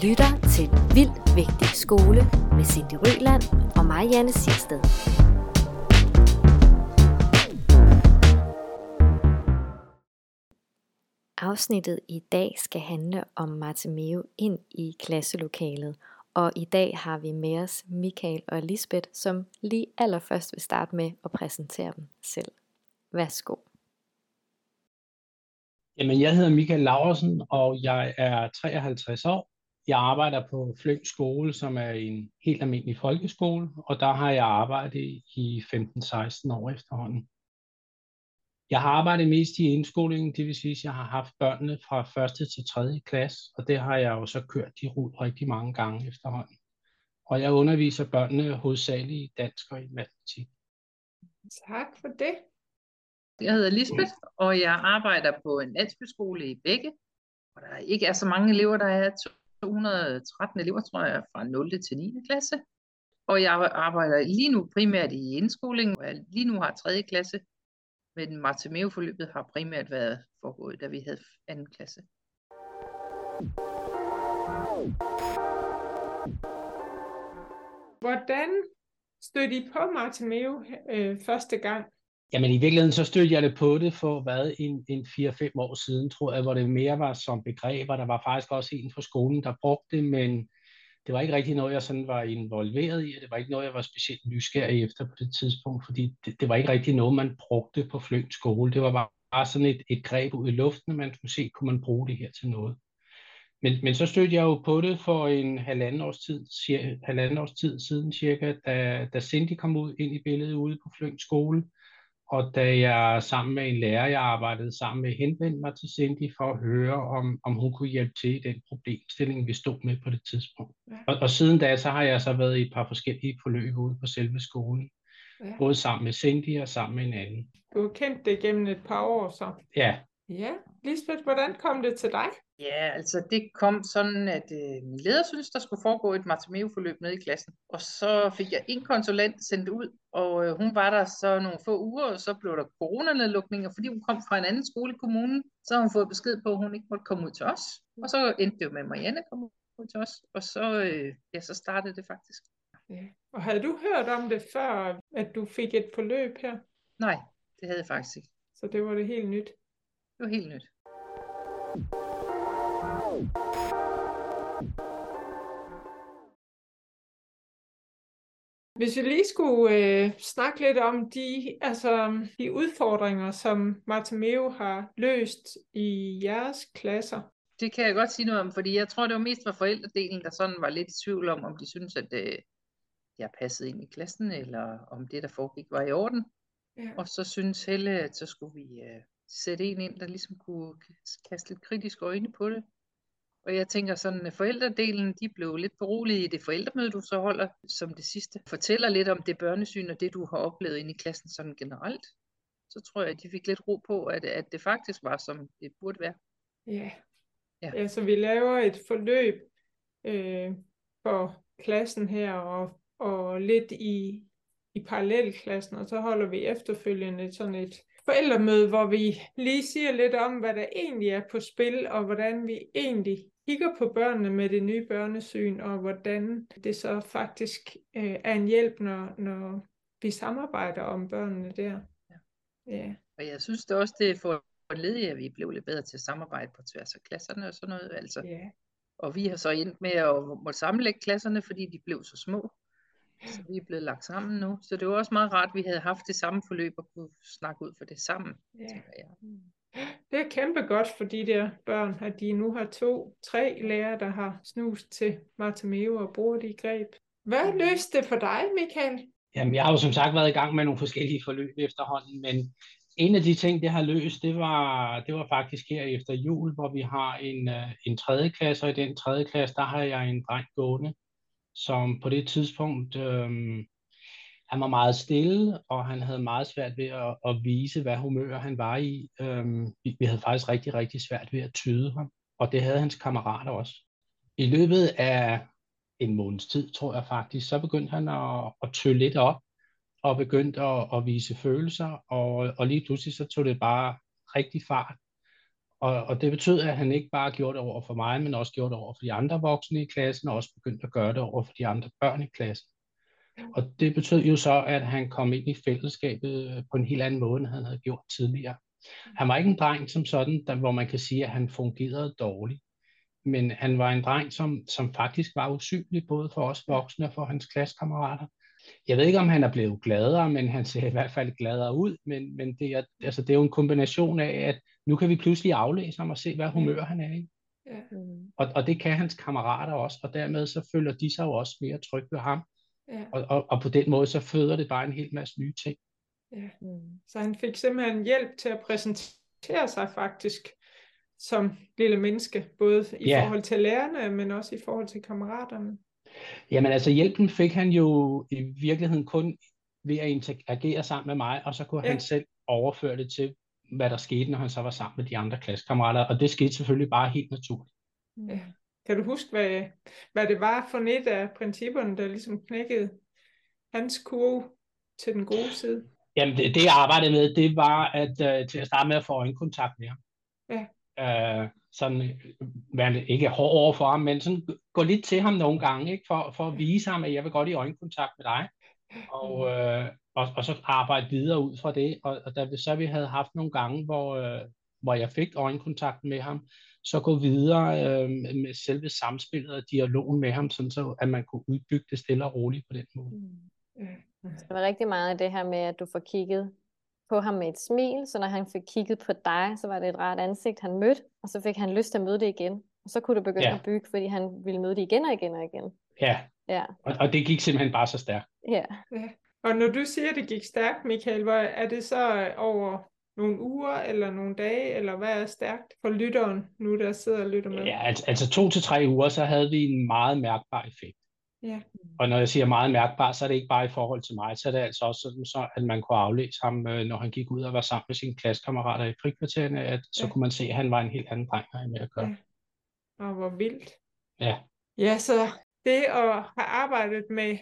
lytter til Vild Vægtig Skole med Cindy Røland og mig, Janne Siersted. Afsnittet i dag skal handle om Bartimeo ind i klasselokalet, og i dag har vi med os Michael og Lisbeth, som lige allerførst vil starte med at præsentere dem selv. Værsgo. Jamen, jeg hedder Michael Laursen, og jeg er 53 år. Jeg arbejder på Fløng Skole, som er en helt almindelig folkeskole, og der har jeg arbejdet i 15-16 år efterhånden. Jeg har arbejdet mest i indskolingen, det vil sige, at jeg har haft børnene fra 1. til 3. klasse, og det har jeg jo så kørt i rul rigtig mange gange efterhånden. Og jeg underviser børnene hovedsageligt i dansk og i matematik. Tak for det. Jeg hedder Lisbeth, og jeg arbejder på en landsbyskole i Bække, hvor der ikke er så mange elever. Der er 213 elever, tror jeg, fra 0. til 9. klasse. Og jeg arbejder lige nu primært i indskolingen, hvor jeg lige nu har 3. klasse. Men Bartimeo-forløbet har primært været foregået, da vi havde 2. klasse. Hvordan stødte I på Bartimeo første gang? Jamen i virkeligheden så stødte jeg det på det for en 4-5 år siden, tror jeg, hvor det mere var som begreb, og der var faktisk også en på skolen, der brugte det, men det var ikke rigtig noget, jeg sådan var involveret i, og det var ikke noget, jeg var specielt nysgerrig efter på det tidspunkt, fordi det var ikke rigtig noget, man brugte på Fløng Skole. Det var bare sådan et greb ud i luften, man skulle se, kunne man bruge det her til noget. Men så stødte jeg jo på det for en halvanden års tid siden cirka, da Cindy kom ud ind i billedet ude på Fløng Skole. Og da jeg sammen med en lærer, jeg arbejdede sammen med, henvendte mig til Cindy for at høre, om hun kunne hjælpe til i den problemstilling, vi stod med på det tidspunkt. Ja. Og siden da, så har jeg så været i et par forskellige forløb ude på selve skolen. Ja. Både sammen med Cindy og sammen med en anden. Du har kendt det gennem et par år så. Ja. Ja, Lisbeth, hvordan kom det til dig? Ja, altså det kom sådan, at min leder synes, der skulle foregå et Bartimeo-forløb nede i klassen. Og så fik jeg en konsulent sendt ud, og hun var der så nogle få uger, og så blev der coronanedlukninger, fordi hun kom fra en anden skole i kommunen. Så har hun fået besked på, at hun ikke måtte komme ud til os. Og så endte det jo med, at Marianne kom ud til os, og så startede det faktisk. Ja. Og havde du hørt om det før, at du fik et forløb her? Nej, det havde jeg faktisk ikke. Så det var det helt nyt? Det var helt nyt. Hvis vi lige skulle snakke lidt om de udfordringer, som Bartimeo har løst i jeres klasser. Det kan jeg godt sige noget om, fordi jeg tror, det var mest for forældredelen, der sådan var lidt i tvivl om de synes, at jeg passede ind i klassen, eller om det, der foregik, var i orden. Ja. Og så synes Helle, at så skulle vi sætte en ind, der ligesom kunne kaste lidt kritiske øjne på det. Og jeg tænker sådan, at forældredelen, de blev lidt beroliget i det forældremøde, du så holder som det sidste. Fortæller lidt om det børnesyn og det, du har oplevet inde i klassen sådan generelt. Så tror jeg, at de fik lidt ro på, at det faktisk var, som det burde være. Ja, så vi laver et forløb for klassen her, og lidt i parallelklassen, og så holder vi efterfølgende sådan et forældremøde, hvor vi lige siger lidt om, hvad der egentlig er på spil, og hvordan vi egentlig kigger på børnene med det nye børnesyn, og hvordan det så faktisk er en hjælp, når vi samarbejder om børnene der. Ja. Og jeg synes det også, det er for ledigt, at vi blev lidt bedre til at samarbejde på tværs af klasserne og sådan noget. Altså. Ja. Og vi har så endt med at måtte sammenlægge klasserne, fordi de blev så små. Så vi er blevet lagt sammen nu. Så det var også meget rart, at vi havde haft det samme forløb og kunne snakke ud for det sammen. Ja. Det er kæmpe godt for de der børn, at de nu har 2-3 lærere, der har snust til Bartimeo og bruger de greb. Hvad løste det for dig, Michael? Jamen, jeg har jo som sagt været i gang med nogle forskellige forløb efterhånden, men en af de ting, det har løst, det var faktisk her efter jul, hvor vi har en 3. klasse, og i den 3. klasse, der har jeg en dreng gående, som på det tidspunkt, han var meget stille, og han havde meget svært ved at vise, hvad humør han var i. Vi havde faktisk rigtig, rigtig svært ved at tyde ham, og det havde hans kammerater også. I løbet af en måneds tid, tror jeg faktisk, så begyndte han at tø lidt op, og begyndte at vise følelser, og lige pludselig så tog det bare rigtig fart. Og det betød, at han ikke bare gjorde det over for mig, men også gjorde det over for de andre voksne i klassen, og også begyndte at gøre det over for de andre børn i klassen. Og det betød jo så, at han kom ind i fællesskabet på en helt anden måde, end han havde gjort tidligere. Han var ikke en dreng som sådan, hvor man kan sige, at han fungerede dårligt. Men han var en dreng, som faktisk var usynlig, både for os voksne og for hans klassekammerater. Jeg ved ikke, om han er blevet gladere, men han ser i hvert fald gladere ud. Men det er jo en kombination af, at nu kan vi pludselig aflæse ham og se, hvad humør han er i. Ja. Og det kan hans kammerater også, og dermed så føler de sig jo også mere trygge ved ham. Ja. Og på den måde så føder det bare en hel masse nye ting. Ja. Så han fik simpelthen hjælp til at præsentere sig faktisk som lille menneske, både i forhold til lærerne, men også i forhold til kammeraterne. Jamen altså hjælpen fik han jo i virkeligheden kun ved at interagere sammen med mig, og så kunne han selv overføre det til, hvad der skete, når han så var sammen med de andre klassekammerater, og det skete selvfølgelig bare helt naturligt. Ja. Kan du huske, hvad det var for et af principperne, der ligesom knækkede hans kurve til den gode side? Jamen det jeg arbejdede med, det var til at starte med at få øjenkontakt med ham. Ja. Sådan, ikke hård over for ham, men sådan gå lidt til ham nogle gange, ikke? For at vise ham, at jeg vil godt i øjenkontakt med dig. Og så arbejde videre ud fra det. Og da vi havde haft nogle gange, hvor jeg fik øjenkontakt med ham, så gå videre med selve samspillet og dialogen med ham, sådan så at man kunne udbygge det stille og roligt på den måde. Så det var rigtig meget af det her med, at du får kigget på ham med et smil, så når han fik kigget på dig, så var det et rart ansigt, han mødte, og så fik han lyst til at møde det igen. Og så kunne du begynde at bygge, fordi han ville møde det igen og igen og igen. Ja. Og det gik simpelthen bare så stærkt. Ja. Og når du siger, at det gik stærkt, Michael, er det så over nogle uger eller nogle dage, eller hvad er stærkt for lytteren, nu der sidder og lytter med? Ja, altså 2 til 3 uger, så havde vi en meget mærkbar effekt. Ja. Og når jeg siger meget mærkbar, så er det ikke bare i forhold til mig, så er det altså også sådan, så, at man kunne aflæse ham, når han gik ud og var sammen med sine klassekammerater i frikvartererne, at så kunne man se, at han var en helt anden dreng, der med at gøre. Ja. Og hvor vildt. Ja. Ja, så det at have arbejdet med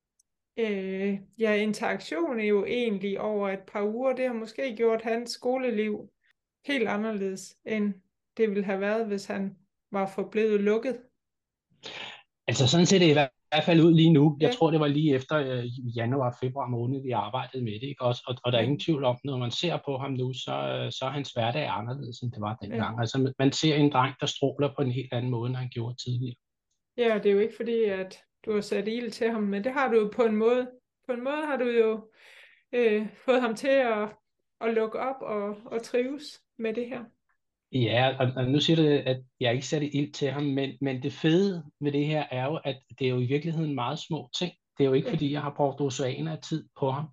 interaktion er jo egentlig over et par uger, det har måske gjort hans skoleliv helt anderledes, end det ville have været, hvis han var forblevet lukket. Altså sådan ser det i hvert fald ud lige nu. Jeg tror, det var lige efter januar-februar måned, vi arbejdede med det, ikke også? Og der er ingen tvivl om, når man ser på ham nu, så er hans hverdag anderledes, end det var dengang. Altså man ser en dreng, der stråler på en helt anden måde, end han gjorde tidligere. Ja, det er jo ikke fordi, at du har sat ild til ham, men det har du jo på en måde. På en måde har du jo fået ham til at lukke op og trives med det her. Ja, og nu siger du, at jeg ikke satte ild til ham, men det fede ved det her er jo, at det er jo i virkeligheden meget små ting. Det er jo ikke, fordi jeg har brugt oceaner af tid på ham.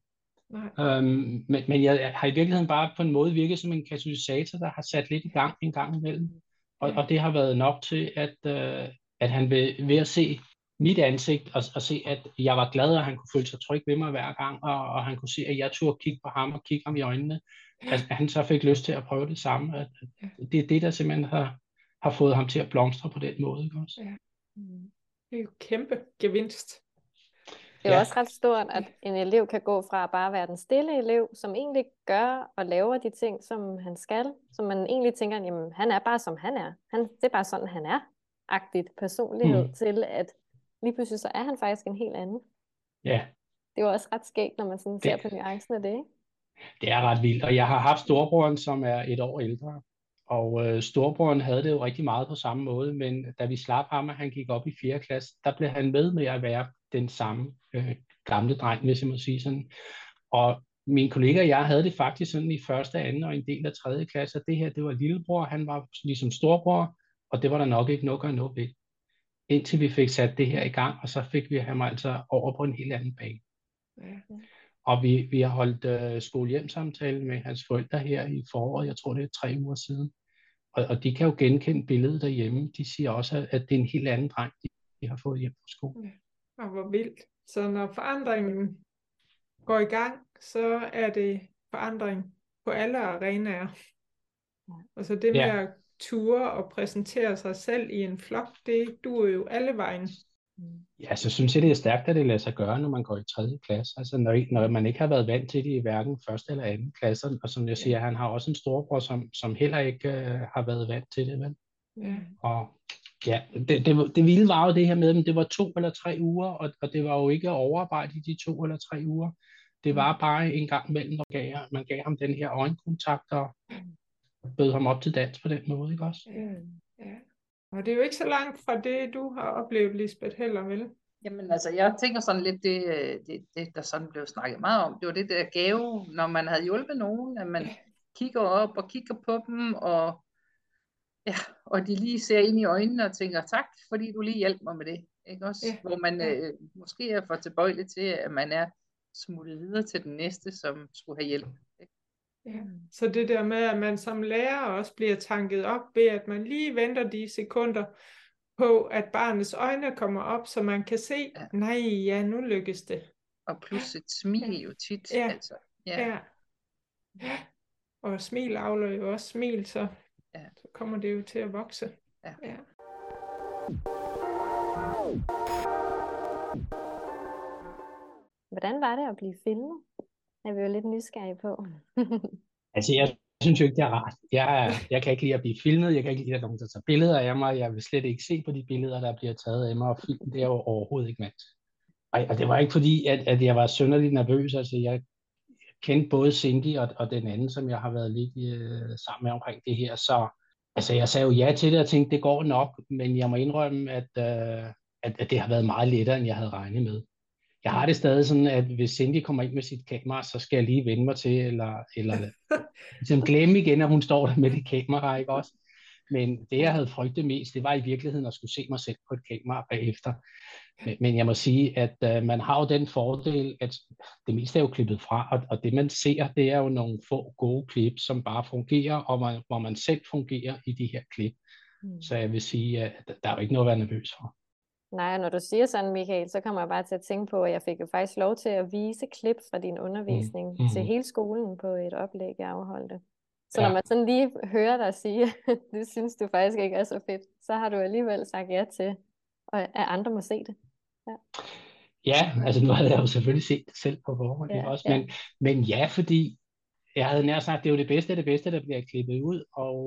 Men jeg har i virkeligheden bare på en måde virket som en katalysator, der har sat lidt i gang en gang imellem. Og det har været nok til, at han ved at se mit ansigt og se, at jeg var glad, og han kunne føle sig tryg ved mig hver gang, og han kunne se, at jeg turde kigge på ham og kigge ham i øjnene. At han så fik lyst til at prøve det samme. At det er det, der simpelthen har fået ham til at blomstre på den måde. Ikke også? Ja. Det er jo kæmpe gevinst. Det er også ret stort, at en elev kan gå fra at bare være den stille elev, som egentlig gør og laver de ting, som han skal, som man egentlig tænker, jamen han er bare som han er. Det er bare sådan, han er. Agtigt personlighed til, at lige pludselig så er han faktisk en helt anden. Ja. Det er jo også ret skægt, når man sådan ser på nuancen af det, ikke? Det er ret vildt, og jeg har haft storebroren, som er 1 år ældre, og storebroren havde det jo rigtig meget på samme måde, men da vi slap ham, og han gik op i 4. klasse, der blev han med at være den samme gamle dreng, hvis jeg må sige sådan. Og mine kollegaer og jeg havde det faktisk sådan i 1., 2. og en del af 3. klasse, og det her, det var lillebror, han var ligesom storebror, og det var der nok ikke noget at gøre noget ved. Indtil vi fik sat det her i gang, og så fik vi ham altså over på en helt anden bane. Ja. Og vi har holdt skole-hjem-samtale med hans forældre her i foråret, jeg tror det er 3 uger siden. Og de kan jo genkende billedet derhjemme. De siger også, at det er en helt anden dreng, de har fået hjem fra skole. Ja. Og hvor vildt. Så når forandringen går i gang, så er det forandring på alle arenaer. Og så det med at ture og præsentere sig selv i en flok, det duer jo alle vejen. Ja, så synes jeg, det er stærkt, at det lader sig gøre, når man går i 3. klasse. Altså når man ikke har været vant til det i hverken 1. eller 2. klasse. Og som jeg siger, han har også en storebror, som heller ikke har været vant til det. Vel? Ja. Og ja, det vilde var jo det her med, at det var 2 eller 3 uger, og det var jo ikke overarbejde i de 2 eller 3 uger. Det var bare en gang imellem, man gav ham den her øjenkontakt og bød ham op til dans på den måde, ikke også? Ja. Og det er jo ikke så langt fra det, du har oplevet, Lisbeth, heller, vel? Jamen altså, jeg tænker sådan lidt, det der sådan blev snakket meget om, det var det der gave, når man havde hjulpet nogen, at man kigger op og kigger på dem, og de lige ser ind i øjnene og tænker, tak, fordi du lige hjalp mig med det. Ikke også? Hvor man måske er for tilbøjelig til, at man er smuttet videre til den næste, som skulle have hjælp. Ikke? Ja. Så det der med, at man som lærer også bliver tanket op ved, at man lige venter de sekunder på, at barnets øjne kommer op, så man kan se, nu lykkes det. Og plus et smil jo tit. Altså. Ja. Og smil avler jo også smil, så kommer det jo til at vokse. Ja. Hvordan var det at blive filmet? Jeg er jo lidt nysgerrig på. Altså, jeg synes jo ikke, det er rart. Jeg kan ikke lide at blive filmet. Jeg kan ikke lide, at nogen tager billeder af mig. Jeg vil slet ikke se på de billeder, der bliver taget af mig. Og film, det er jo overhovedet ikke vant. Og det var ikke fordi, at jeg var synderligt nervøs. Altså, jeg kendte både Cindy og den anden, som jeg har været lidt sammen med omkring det her. Så altså, jeg sagde jo ja til det og tænkte, det går nok. Men jeg må indrømme, at det har været meget lettere, end jeg havde regnet med. Jeg har det stadig sådan, at hvis Cindy kommer ind med sit kamera, så skal jeg lige vende mig til, eller ligesom glemme igen, at hun står der med det kamera, ikke også? Men det, jeg havde frygtet mest, det var i virkeligheden at skulle se mig selv på et kamera bagefter. Men jeg må sige, at man har jo den fordel, at det meste er jo klippet fra, og det man ser, det er jo nogle få gode klip, som bare fungerer, og hvor man selv fungerer i de her klip. Så jeg vil sige, at der er jo ikke noget at være nervøs for. Nej, når du siger sådan, Michael, så kommer jeg bare til at tænke på, at jeg fik jo faktisk lov til at vise klip fra din undervisning til hele skolen på et oplæg, jeg afholdte. Så når man sådan lige hører dig sige, det synes du faktisk ikke er så fedt, så har du alligevel sagt ja til, at andre må se det. Ja, altså nu havde jeg jo selvfølgelig set det selv på forhånd, også, men ja, fordi jeg havde nær sagt, det er jo det bedste af det bedste, der bliver klippet ud, og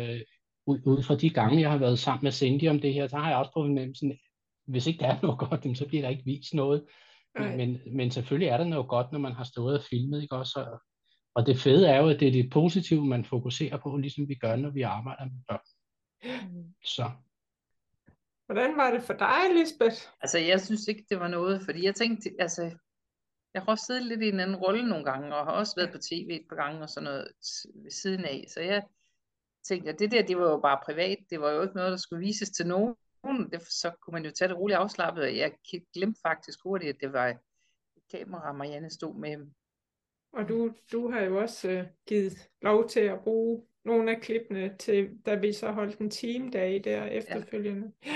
ud fra de gange, jeg har været sammen med Cindy om det her, så har jeg også på fornemmelsen, hvis ikke der er noget godt, så bliver der ikke vist noget. Men selvfølgelig er der noget godt, når man har stået og filmet, ikke også? Og det fede er jo, at det er det positive, man fokuserer på, ligesom vi gør, når vi arbejder med børn. Så. Hvordan var det for dig, Lisbeth? Altså, jeg synes ikke, det var noget, fordi jeg tænkte, altså, jeg har også siddet lidt i en anden rolle nogle gange, og har også været på tv et par gange og sådan noget ved siden af. Så jeg tænkte, at det var jo bare privat. Det var jo ikke noget, der skulle vises til nogen. Så kunne man jo tage det roligt afslappet, og jeg glemte faktisk hurtigt, at det var et kamera, Marianne stod med. Og du har jo også givet lov til at bruge nogle af klippene, til, da vi så holdt en teamdag der efterfølgende. Ja.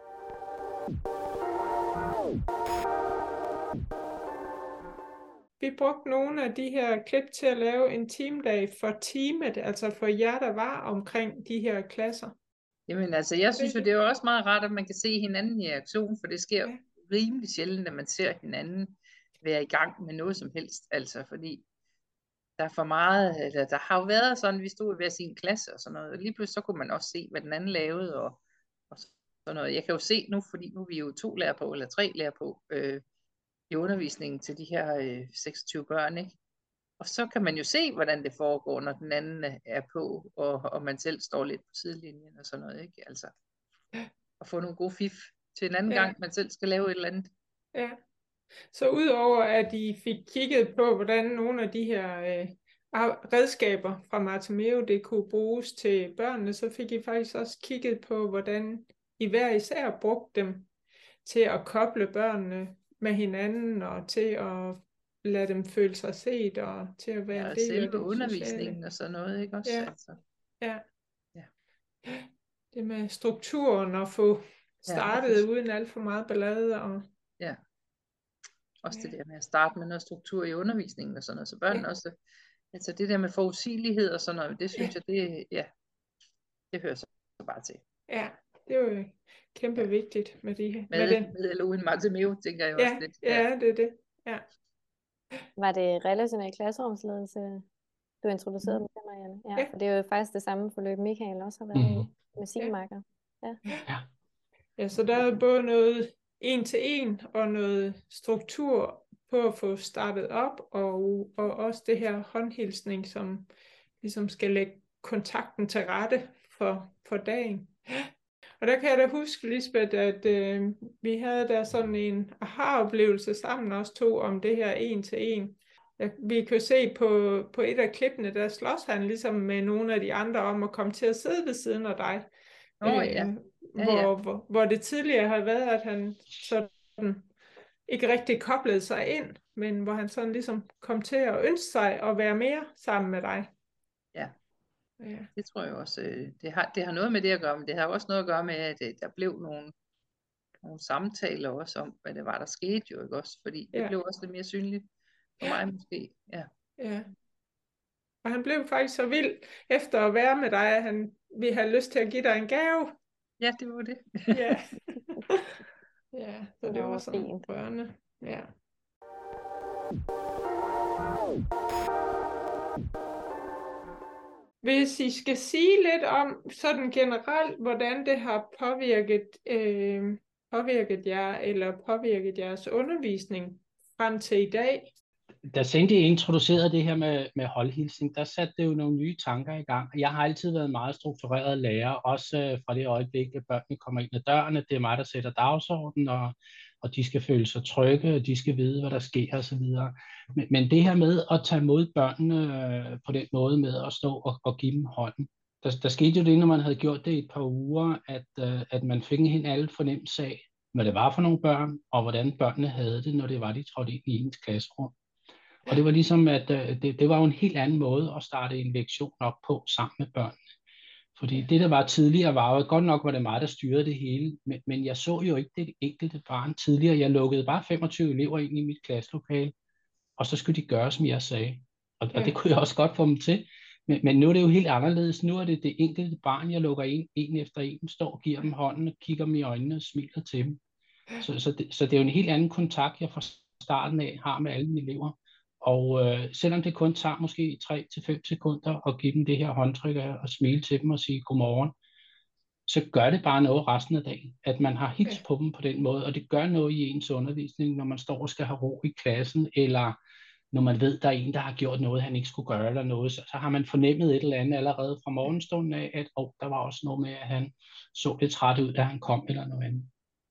Vi brugte nogle af de her klip til at lave en teamdag for teamet, altså for jer, der var omkring de her klasser. Jamen altså, jeg synes jo, det er jo også meget rart, at man kan se hinanden i aktion, for det sker rimelig sjældent, at man ser hinanden være i gang med noget som helst, altså fordi der er for meget, eller der har jo været sådan, vi stod i hver sin klasse og sådan noget, og lige pludselig så kunne man også se, hvad den anden lavede, og sådan noget. Jeg kan jo se nu, fordi nu er vi jo 2 lærere på, eller 3 lærere på, i undervisningen til de her 26 børn, ikke? Og så kan man jo se, hvordan det foregår, når den anden er på, og man selv står lidt på sidelinjen og sådan noget, ikke? Altså, at få nogle gode fif til en anden gang, man selv skal lave et eller andet. Ja. Så udover at I fik kigget på, hvordan nogle af de her redskaber fra Bartomeu, det kunne bruges til børnene, så fik I faktisk også kigget på, hvordan I hver især brugte dem til at koble børnene med hinanden, og til at lade dem føle sig set, og til at være en del af det undervisningen og sådan noget, ikke også? Ja. Altså. Ja. Det med strukturen, og få startet uden alt for meget ballade. Og også det der med at starte med noget struktur i undervisningen og sådan noget, så børnene også, altså det der med forudsigelighed og sådan noget, det synes jeg, det hører så bare til. Ja, Det er jo kæmpe vigtigt med den. Med eller uden Marte Meo, tænker jeg også lidt. Ja, det er det. Ja. Var det relationel klasserumsledelse, du introducerede med det, Marianne? Ja, for det er jo faktisk det samme forløb, Michael også har været i med sine makker. Ja, så der er både noget 1-til-1 og noget struktur på at få startet op, og også det her håndhilsning, som ligesom skal lægge kontakten til rette for dagen. Og der kan jeg da huske, Lisbeth, at vi havde der sådan en aha-oplevelse sammen os to om det her 1-til-1. Vi kan se på et af klippene, der slås han ligesom med nogle af de andre om at komme til at sidde ved siden af dig. Hvor det tidligere har været, at han sådan ikke rigtig koblede sig ind, men hvor han sådan ligesom kom til at ønske sig at være mere sammen med dig. Ja. Det tror jeg også, det har noget med det at gøre, men det har også noget at gøre med, at der blev nogle samtaler også om, hvad det var, der skete jo, ikke også? Fordi det blev også lidt mere synligt for mig måske. Ja. Og han blev faktisk så vild efter at være med dig, at vi havde lyst til at give dig en gave. Ja, det var det. Ja. Ja, så det var sådan rørende. Ja. Hvis I skal sige lidt om sådan generelt, hvordan det har påvirket jer, eller påvirket jeres undervisning frem til i dag? Da Cindy introducerede det her med holdhilsning, der satte det jo nogle nye tanker i gang. Jeg har altid været en meget struktureret lærer, også fra det øjeblik, at børnene kommer ind ad dørene. Det er mig, der sætter dagsordenen, og de skal føle sig trygge, og de skal vide, hvad der sker osv. Men det her med at tage imod børnene på den måde med at stå og give dem hånden, der skete jo det, når man havde gjort det i et par uger, at man fik en helt anden fornemmelse af, hvad det var for nogle børn, og hvordan børnene havde det, når det var, de trådte ind i ens klasserum. Og det var ligesom, at det var jo en helt anden måde at starte en lektion op på sammen med børnene. Fordi det, der var tidligere, var jo godt nok, var det mig, der styrede det hele, men jeg så jo ikke det enkelte barn tidligere. Jeg lukkede bare 25 elever ind i mit klasselokale, og så skulle de gøre, som jeg sagde. Og det kunne jeg også godt få dem til. Men nu er det jo helt anderledes. Nu er det det enkelte barn, jeg lukker ind, en efter en, står og giver dem hånden, og kigger dem i øjnene og smiler til dem. Så det er jo en helt anden kontakt, jeg fra starten af har med alle mine elever. Og selvom det kun tager måske 3-5 sekunder at give dem det her håndtryk og smile til dem og sige godmorgen, så gør det bare noget resten af dagen, at man har hils på dem på den måde, og det gør noget i ens undervisning, når man står og skal have ro i klassen, eller når man ved, der er en, der har gjort noget, han ikke skulle gøre, eller noget, så har man fornemmet et eller andet allerede fra morgenstunden af, at der var også noget med, at han så lidt træt ud, da han kom, eller noget andet.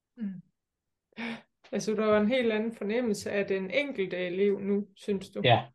Altså, der var en helt anden fornemmelse af den enkelte elev nu, synes du? Ja.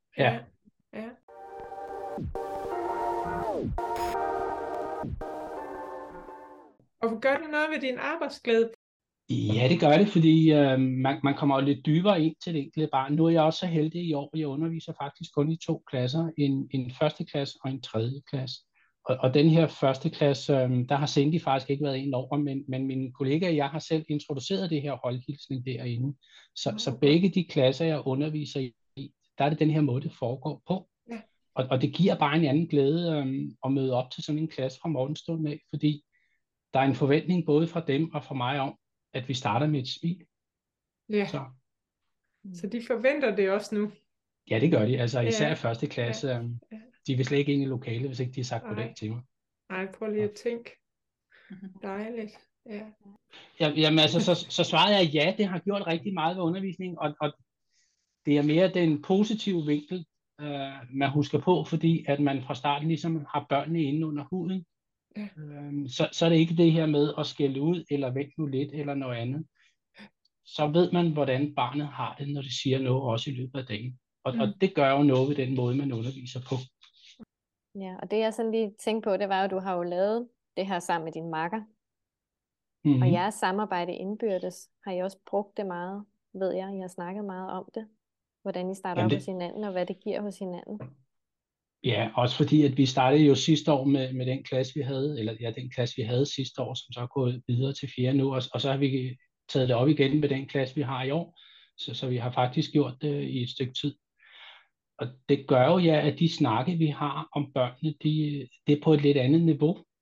Og gør det noget ved din arbejdsglæde? Ja, det gør det, fordi man kommer jo lidt dybere ind til det enkelte barn. Nu er jeg også så heldig i år, jeg underviser faktisk kun i 2 klasser, en første klasse og en tredje klasse. Og den her første klasse, der har Cindy faktisk ikke været ind over, men mine kollegaer og jeg har selv introduceret det her holdhilsning derinde. Så begge de klasser, jeg underviser i, der er det den her måde, det foregår på. Ja. Og det giver bare en anden glæde at møde op til sådan en klasse fra morgenstunden af, fordi der er en forventning både fra dem og fra mig om, at vi starter med et smil. Ja. Så de forventer det også nu? Ja, det gør de. Altså især i første klasse. De vil slet ikke ind i lokalet, hvis ikke de har sagt goddag til mig. Nej, prøv lige at tænke. Dejligt. Ja. Jamen altså, så svarede jeg ja, det har gjort rigtig meget ved undervisningen, og det er mere den positive vinkel, man husker på, fordi at man fra starten ligesom har børnene inde under huden. Ja. Så er det ikke det her med at skælde ud, eller vente nu lidt, eller noget andet. Så ved man, hvordan barnet har det, når det siger noget, også i løbet af dagen. Og det gør jo noget ved den måde, man underviser på. Ja, og det jeg sådan lige tænkte på, det var jo, at du har jo lavet det her sammen med din makker. Og jeres samarbejde indbyrdes, har I også brugt det meget, ved jeg. I har snakket meget om det. Hvordan I starter op hos hinanden, og hvad det giver hos hinanden. Ja, også fordi, at vi startede jo sidste år med den klasse, vi havde, den klasse, vi havde sidste år, som så er gået videre til 4. nu, og så har vi taget det op igen med den klasse, vi har i år. Så vi har faktisk gjort det i et stykke tid. Og det gør jo at de snakke, vi har om børnene, det er på et lidt andet niveau.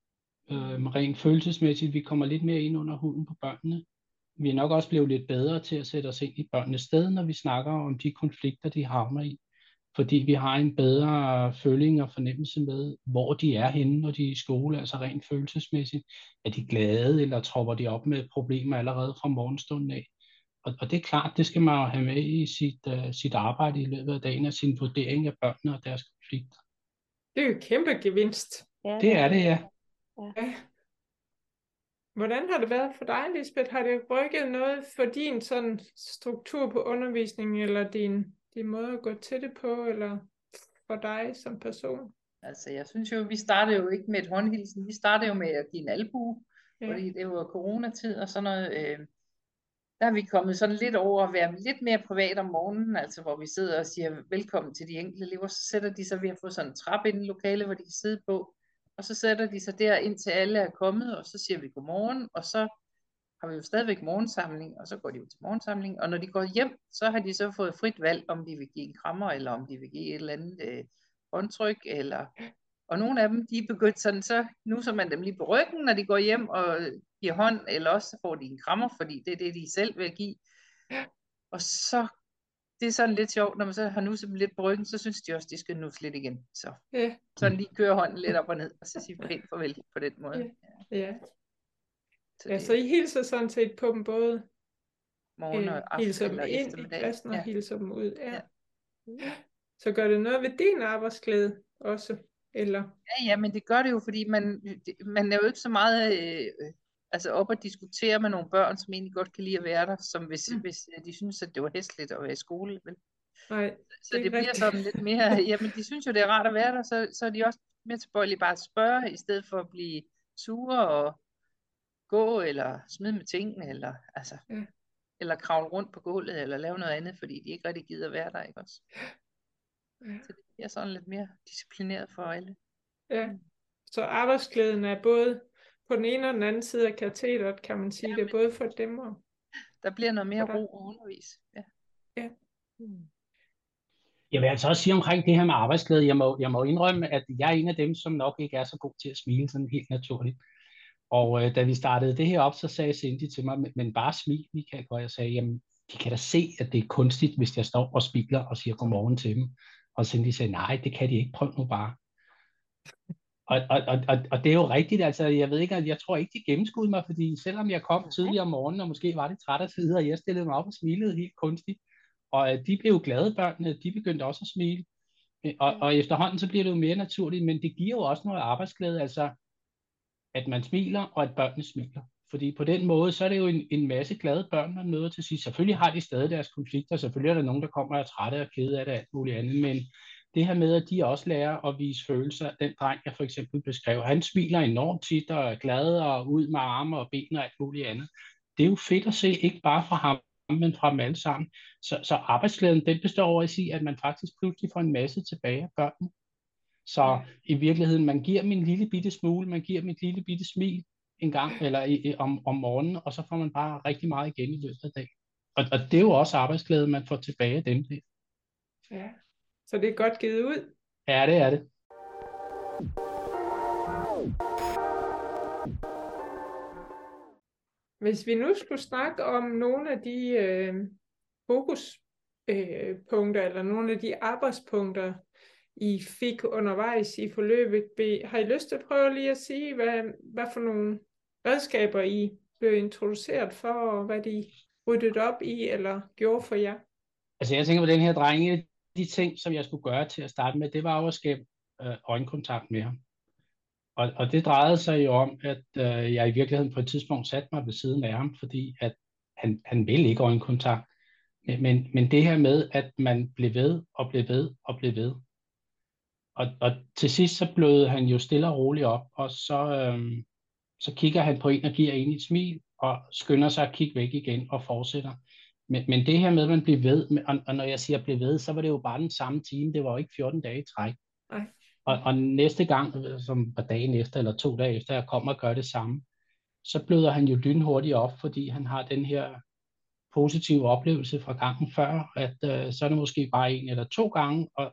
Rent følelsesmæssigt, vi kommer lidt mere ind under huden på børnene. Vi er nok også blevet lidt bedre til at sætte os ind i børnenes sted, når vi snakker om de konflikter, de havner i. Fordi vi har en bedre føling og fornemmelse med, hvor de er henne, når de er i skole, altså rent følelsesmæssigt. Er de glade, eller tropper de op med problemer allerede fra morgenstunden af? Og det er klart, det skal man jo have med i sit arbejde i løbet af dagen, og sin vurdering af børnene og deres konflikter. Det er jo kæmpe gevinst. Ja, Det er det, ja. Ja. Hvordan har det været for dig, Lisbeth? Har det rykket noget for din sådan struktur på undervisningen, eller din måde at gå til det på, eller for dig som person? Altså, jeg synes jo, vi startede jo ikke med et håndhilsen. Vi startede jo med at give en albue, fordi det var coronatid og sådan noget. Der er vi kommet sådan lidt over at være lidt mere privat om morgenen, altså hvor vi sidder og siger velkommen til de enkelte elever. Så sætter de sig ved at få sådan en trappe ind i lokale, hvor de kan sidde på. Og så sætter de sig der, indtil alle er kommet, og så siger vi godmorgen, og så har vi jo stadigvæk morgensamling, og så går de jo til morgensamling. Og når de går hjem, så har de så fået frit valg, om de vil give en krammer, eller om de vil give et eller andet håndtryk, eller... Og nogle af dem, de er begyndt sådan, så nu så man dem lige på ryggen, når de går hjem og giver hånd, eller også så får de en krammer, fordi det er det, de selv vil give. Og så, det er sådan lidt sjovt, når man så har nusset dem lidt på ryggen, så synes de også, de skal nusse lidt igen. Så sådan lige køre hånden lidt op og ned, og så sige pænt farvel på den måde. Ja. Så I hilser sådan set på dem både morgen og aften hilser dem eller ind eftermiddag. i klassen og hilser dem ud. Ja. Så gør det noget ved din arbejdsglæde også? Eller? Ja, men det gør det jo, fordi man er jo ikke så meget altså op at diskutere med nogle børn, som egentlig godt kan lide at være der, som hvis de synes, at det var hæsligt at være i skole. Vel? Nej, så det bliver sådan lidt mere, jamen de synes jo, det er rart at være der, så er de også mere tilbøjelige bare at spørge, i stedet for at blive sure og gå, eller smide med tingene, eller, altså, eller kravle rundt på gulvet, eller lave noget andet, fordi de ikke rigtig gider at være der, ikke også? Så det bliver sådan lidt mere disciplineret for alle. Ja, så arbejdsglæden er både på den ene og den anden side af katedret, kan man sige. Det er både for dem og... Der bliver noget mere ro og undervis. Ja. Jeg vil altså også sige omkring det her med arbejdsglæde, jeg må indrømme, at jeg er en af dem, som nok ikke er så god til at smile sådan helt naturligt. Og da vi startede det her op, så sagde Cindy til mig, men bare smil, Michael, og jeg sagde, jamen, de kan da se, at det er kunstigt, hvis jeg står og smiler og siger godmorgen til dem. Og Cindy sagde, nej, det kan de ikke, prøv nu bare. Og det er jo rigtigt, altså jeg ved ikke, jeg tror ikke, de gennemskudde mig, fordi selvom jeg kom tidligere om morgenen, og måske var det træt af tider, og jeg stillede mig op og smilede helt kunstigt, og de blev glade, børnene, de begyndte også at smile, og efterhånden så bliver det jo mere naturligt, men det giver jo også noget arbejdsglæde, altså at man smiler, og at børnene smiler. Fordi på den måde, så er det jo en masse glade børn, man møder til sidst. Selvfølgelig har de stadig deres konflikter, selvfølgelig er der nogen, der kommer og er trætte og kede af det, alt muligt andet, men det her med, at de også lærer at vise følelser. Den dreng, jeg for eksempel beskrev, han smiler enormt tit og er glad og ud med arme og ben og alt muligt andet. Det er jo fedt at se, ikke bare fra ham, men fra dem alle sammen. Så arbejdsglæden, den består over at sige, at man faktisk pludselig får en masse tilbage af børnene. Så i virkeligheden, man giver dem en lille bitte smule, man giver dem et lille bitte smil en gang eller om morgenen, og så får man bare rigtig meget igen i løbet af dagen. Og det er jo også arbejdsglæde, man får tilbage af dem. Ja, så det er godt givet ud. Ja, det er det. Hvis vi nu skulle snakke om nogle af de fokuspunkter, eller nogle af de arbejdspunkter, I fik undervejs i forløbet, har I lyst til at prøve lige at sige, hvad for nogle redskaber I blev introduceret for, og hvad de ryddede op i, eller gjorde for jer? Altså jeg tænker på den her dreng, de ting, som jeg skulle gøre til at starte med, det var jo at skabe øjenkontakt med ham. Og det drejede sig jo om, at jeg i virkeligheden på et tidspunkt satte mig ved siden af ham, fordi at han ville ikke øjenkontakt. Men det her med, at man blev ved og blev ved og blev ved. Og til sidst så blødede han jo stille og roligt op, og så kigger han på en og giver en et smil, og skynder sig at kigge væk igen og fortsætter. Men det her med, at man bliver ved, og når jeg siger bliver ved, så var det jo bare den samme time, det var jo ikke 14 dage i træk. Nej. Og næste gang, som var dagen efter eller 2 dage efter, jeg kommer og gør det samme, så bløder han jo lynhurtigt op, fordi han har den her positive oplevelse fra gangen før, at så er det måske bare 1 eller 2 gange, og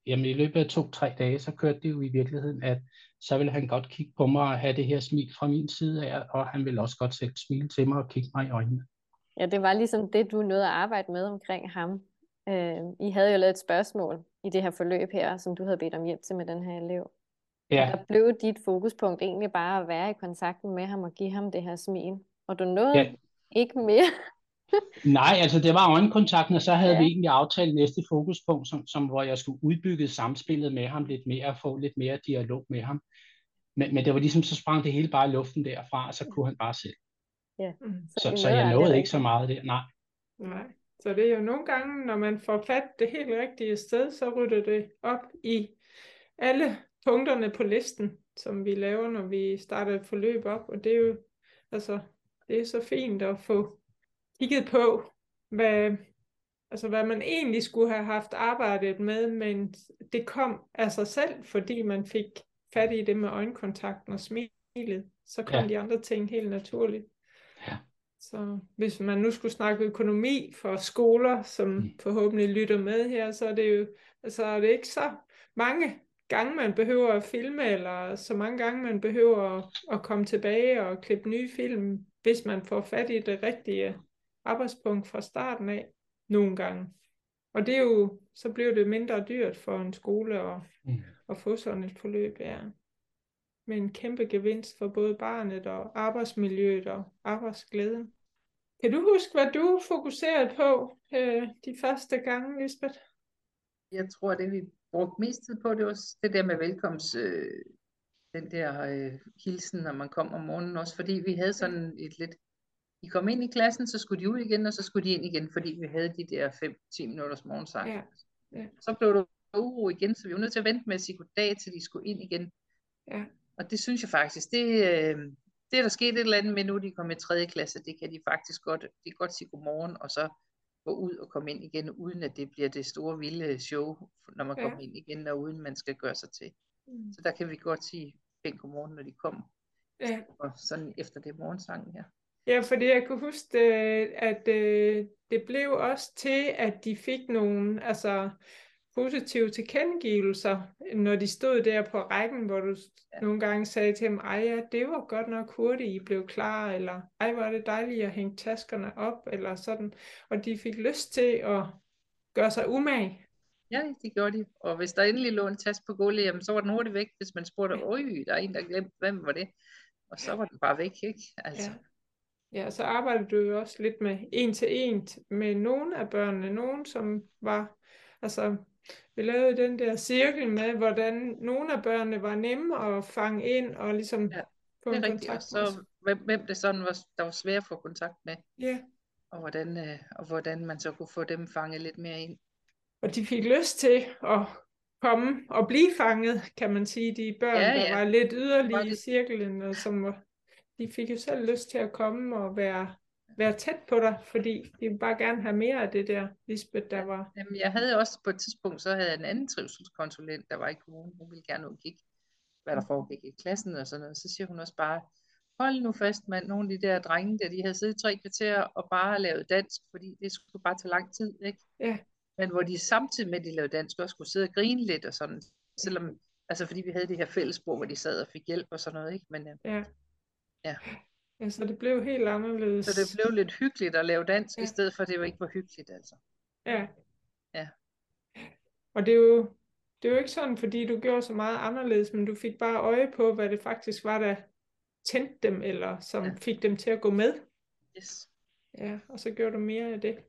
jamen i løbet af 2-3 dage, så kørte det jo i virkeligheden, at så ville han godt kigge på mig og have det her smil fra min side af, og han ville også godt selv smile til mig og kigge mig i øjnene. Ja, det var ligesom det, du nåede at arbejde med omkring ham. I havde jo lavet et spørgsmål i det her forløb her, som du havde bedt om hjælp til med den her elev. Ja. Og der blev dit fokuspunkt egentlig bare at være i kontakten med ham og give ham det her smil. Og du nåede ikke mere. Nej, altså det var øjenkontakten, og så havde vi egentlig aftalt næste fokuspunkt, hvor jeg skulle udbygge samspillet med ham lidt mere, og få lidt mere dialog med ham. Men det var ligesom, så sprang det hele bare i luften derfra, og så kunne han bare selv. Ja. Så jeg nåede ikke så meget der, nej. Nej. Så det er jo nogle gange, når man får fat det helt rigtige sted, så rytter det op i alle punkterne på listen, som vi laver, når vi starter et forløb op. Og det er jo, altså, det er så fint at få kigget på, hvad man egentlig skulle have haft arbejdet med, men det kom af sig selv, fordi man fik fat i det med øjenkontakten og smilet. Så kom de andre ting helt naturligt. Ja. Så hvis man nu skulle snakke økonomi for skoler, som forhåbentlig lytter med her, så er det jo, altså er det ikke så mange gange, man behøver at filme, eller så mange gange, man behøver at komme tilbage og klippe nye film, hvis man får fat i det rigtige arbejdspunkt fra starten af, nogle gange. Og det er jo, så bliver det mindre dyrt for en skole at få sådan et forløb, med en kæmpe gevinst for både barnet og arbejdsmiljøet og arbejdsglæden. Kan du huske, hvad du fokuserede på de første gange, Lisbeth? Jeg tror, det vi brugte mest tid på, det var det der med den der hilsen, når man kom om morgenen også, fordi vi havde sådan et lidt, de kom ind i klassen, så skulle de ud igen, og så skulle de ind igen, fordi vi havde de der 5-10 minutters morgensang. Ja. Så blev det uro igen, så vi var nødt til at vente med at sige goddag, til de skulle ind igen. Ja. Og det synes jeg faktisk, det er der sket et eller andet med nu, de kom i 3. klasse, det kan de faktisk godt, de kan godt sige godmorgen, og så gå ud og komme ind igen, uden at det bliver det store vilde show, når man kommer ind igen, og uden man skal gøre sig til. Så der kan vi godt sige pænt godmorgen, når de kommer. Og sådan efter det morgensang her. Ja, fordi jeg kunne huske, at det blev også til, at de fik nogle positive tilkendegivelser, når de stod der på rækken, hvor du nogle gange sagde til dem, det var godt nok hurtigt, I blev klar, eller hvor er det dejligt at hænge taskerne op, eller sådan. Og de fik lyst til at gøre sig umage. Ja, det gjorde de. Og hvis der endelig lå en taske på gulvet, jamen, så var den hurtigt væk, hvis man spurgte, der er en, der glemte, hvem var det? Og så var den bare væk, ikke? Altså. Ja, så arbejdede du jo også lidt med en med nogle af børnene, nogen som var, vi lavede den der cirkel med, hvordan nogle af børnene var nemme at fange ind og ligesom få en kontakt med. Så hvem det sådan var, der var svært at få kontakt med. Ja. Og hvordan man så kunne få dem fanget lidt mere ind. Og de fik lyst til at komme og blive fanget, kan man sige, de børn, der var lidt yderlige i cirklen, og som de fik jo selv lyst til at komme og være tæt på dig, fordi de ville bare gerne have mere af det der, Lisbeth, der var. Jamen, jeg havde også på et tidspunkt, så havde jeg en anden trivselskonsulent, der var i kommunen. Hun ville gerne ud og kigge, hvad der foregik i klassen og sådan noget. Så siger hun også bare, hold nu fast, mand, nogle af de der drenge der, de havde siddet 3 kvarter og bare lavet dansk, fordi det skulle bare tage lang tid, ikke? Ja. Men hvor de samtidig med, at de lavede dansk, også skulle sidde og grine lidt og sådan, selvom, fordi vi havde det her fællesbord, hvor de sad og fik hjælp og sådan noget, ikke? Men ja, så det blev helt anderledes. Så det blev lidt hyggeligt at lave dansk, i stedet for, at det jo ikke var hyggeligt, altså. Ja. Ja. Og det er jo ikke sådan, fordi du gjorde så meget anderledes, men du fik bare øje på, hvad det faktisk var, der tændte dem, eller som fik dem til at gå med. Yes. Ja, og så gjorde du mere af det.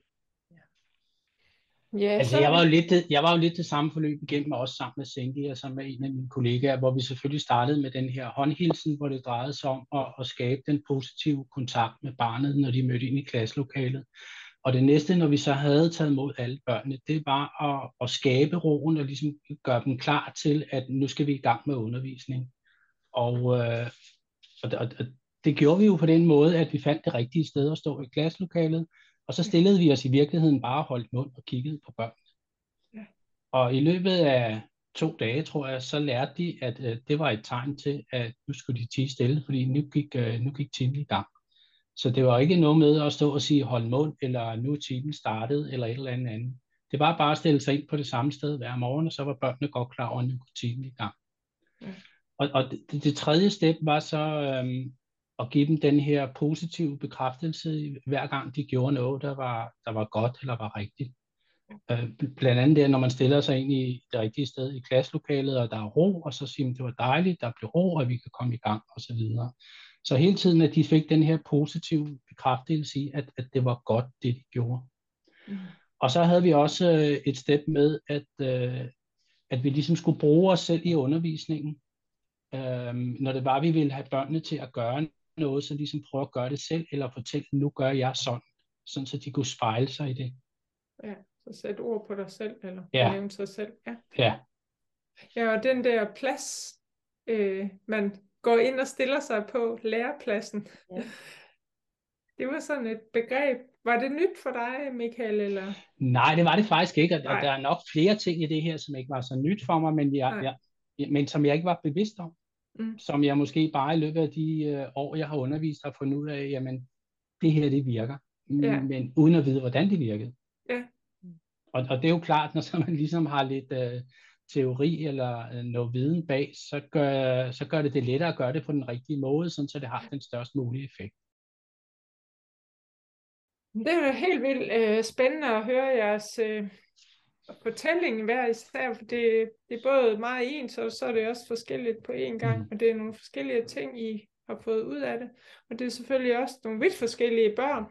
Ja, altså, jeg var jo lidt det samme forløb igennem, også sammen med Cindy og sammen med en af mine kollegaer, hvor vi selvfølgelig startede med den her håndhilsen, hvor det drejede sig om at skabe den positive kontakt med barnet, når de mødte ind i klasselokalet. Og det næste, når vi så havde taget imod alle børnene, det var at skabe roen og ligesom gøre dem klar til, at nu skal vi i gang med undervisning. Og det gjorde vi jo på den måde, at vi fandt det rigtige sted at stå i klasselokalet, og så stillede vi os i virkeligheden bare og holdt mund og kiggede på børnene. Ja. Og i løbet af 2 dage, tror jeg, så lærte de, at det var et tegn til, at nu skulle de tie stille, fordi nu gik timen i gang. Så det var ikke noget med at stå og sige hold mund, eller nu er timen startet, eller et eller andet. Det var bare at stille sig ind på det samme sted hver morgen, og så var børnene godt klar over, at nu kunne timen i gang. Og det tredje step var så at give dem den her positive bekræftelse, hver gang de gjorde noget, der var godt eller var rigtigt. Blandt andet der, når man stiller sig ind i det rigtige sted i klasselokalet, og der er ro, og så siger man, det var dejligt, der blev ro, og vi kan komme i gang, og så videre. Så hele tiden, at de fik den her positive bekræftelse i, at det var godt, det de gjorde. Og så havde vi også et step med, at vi ligesom skulle bruge os selv i undervisningen. Når det var, vi ville have børnene til at gøre noget, så ligesom prøve at gøre det selv, eller fortælle, nu gør jeg sådan så de kunne spejle sig i det. Ja, så sæt ord på dig selv, eller Ja. sig selv. Ja. Ja, og den der plads, man går ind og stiller sig på, lærepladsen. Ja. Det var sådan et begreb. Var det nyt for dig, Michael? Eller? Nej, det var det faktisk ikke, og der er nok flere ting i det her, som ikke var så nyt for mig, men som jeg ikke var bevidst om. Som jeg måske bare i løbet af de år, jeg har undervist, har fundet ud af, jamen, det her, det virker. Men uden at vide, hvordan det virkede. Ja. Og det er jo klart, når så man ligesom har lidt teori eller noget viden bag, så gør det lettere at gøre det på den rigtige måde, sådan så det har den størst mulige effekt. Det er jo helt vildt spændende at høre jeres fortælling hver især, for det er både meget ens, og så er det også forskelligt på én gang, og det er nogle forskellige ting, I har fået ud af det, og det er selvfølgelig også nogle vidt forskellige børn.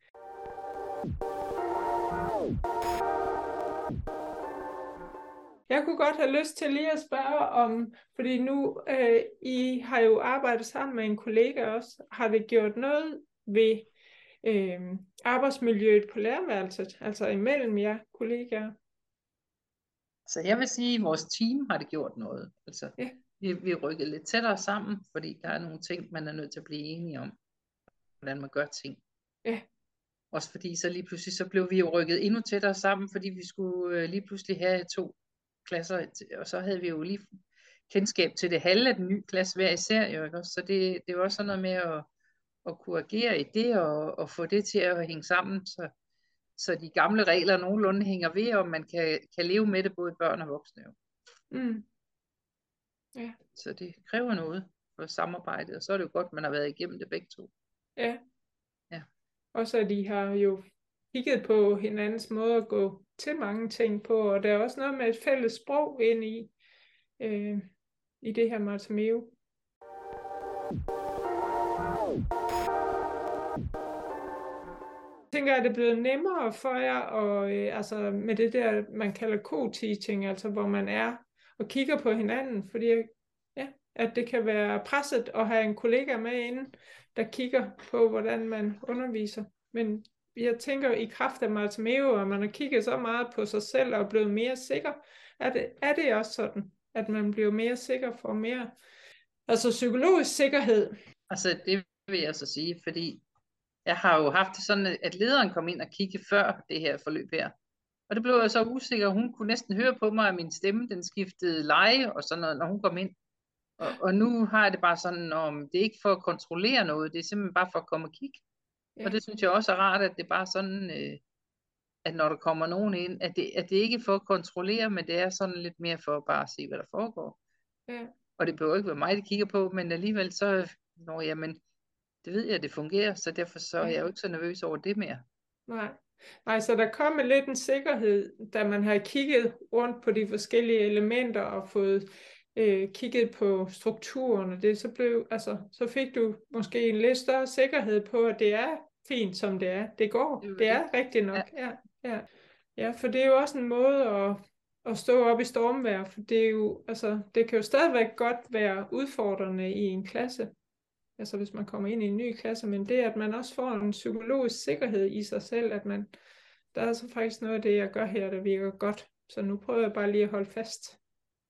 Jeg kunne godt have lyst til lige at spørge om, fordi nu I har jo arbejdet sammen med en kollega også, har det gjort noget ved arbejdsmiljøet på lærerværelset, altså imellem jer kollegaer? Så jeg vil sige, at i vores team har det gjort noget. Altså, vi er rykket lidt tættere sammen, fordi der er nogle ting, man er nødt til at blive enige om, hvordan man gør ting. Ja. Også fordi så lige pludselig, så blev vi jo rykket endnu tættere sammen, fordi vi skulle lige pludselig have 2 klasser, og så havde vi jo lige kendskab til det halve af den nye klasse hver især, jo, ikke? Så det var også sådan noget med at kunne agere i det, og få det til at hænge sammen, så de gamle regler nogenlunde hænger ved, og man kan leve med det, både børn og voksne. Jo. Ja. Så det kræver noget for samarbejdet, og så er det jo godt, man har været igennem det begge to. Ja. Også at I har jo kigget på hinandens måde at gå til mange ting på, og der er også noget med et fælles sprog ind i det her Martha Meo. Jeg tænker, at det er blevet nemmere for jer altså med det der, man kalder co-teaching, altså hvor man er og kigger på hinanden, fordi at det kan være presset at have en kollega med inde, der kigger på, hvordan man underviser. Men jeg tænker, i kraft af Martha Meo, og man har kigget så meget på sig selv og blevet mere sikker, er det også sådan, at man bliver mere sikker for mere, altså psykologisk sikkerhed? Altså det vil jeg så sige, fordi jeg har jo haft det sådan, at lederen kom ind og kiggede før det her forløb her. Og det blev jeg så usikker. Hun kunne næsten høre på mig, at min stemme den skiftede leje og sådan noget, når hun kom ind. Og nu har jeg det bare sådan, om det er ikke for at kontrollere noget, det er simpelthen bare for at komme og kigge. Ja. Og det synes jeg også er rart, at det er bare sådan, at når der kommer nogen ind, at det ikke er for at kontrollere, men det er sådan lidt mere for at bare se, hvad der foregår. Ja. Og det behøver ikke være mig, de kigger på, men alligevel så, jamen, det ved jeg, det fungerer, så derfor så er jeg jo ikke så nervøs over det mere. Nej, så der kom lidt en sikkerhed, da man har kigget rundt på de forskellige elementer og fået kigget på strukturerne. Så fik du måske en lidt større sikkerhed på, at det er fint, som det er. Det går. Det er rigtigt nok. Ja, for det er jo også en måde at stå op i stormvejr, for det er jo, altså, det kan jo stadigvæk godt være udfordrende i en klasse. Altså hvis man kommer ind i en ny klasse, men det at man også får en psykologisk sikkerhed i sig selv, at der er så faktisk noget af det, jeg gør her, der virker godt. Så nu prøver jeg bare lige at holde fast.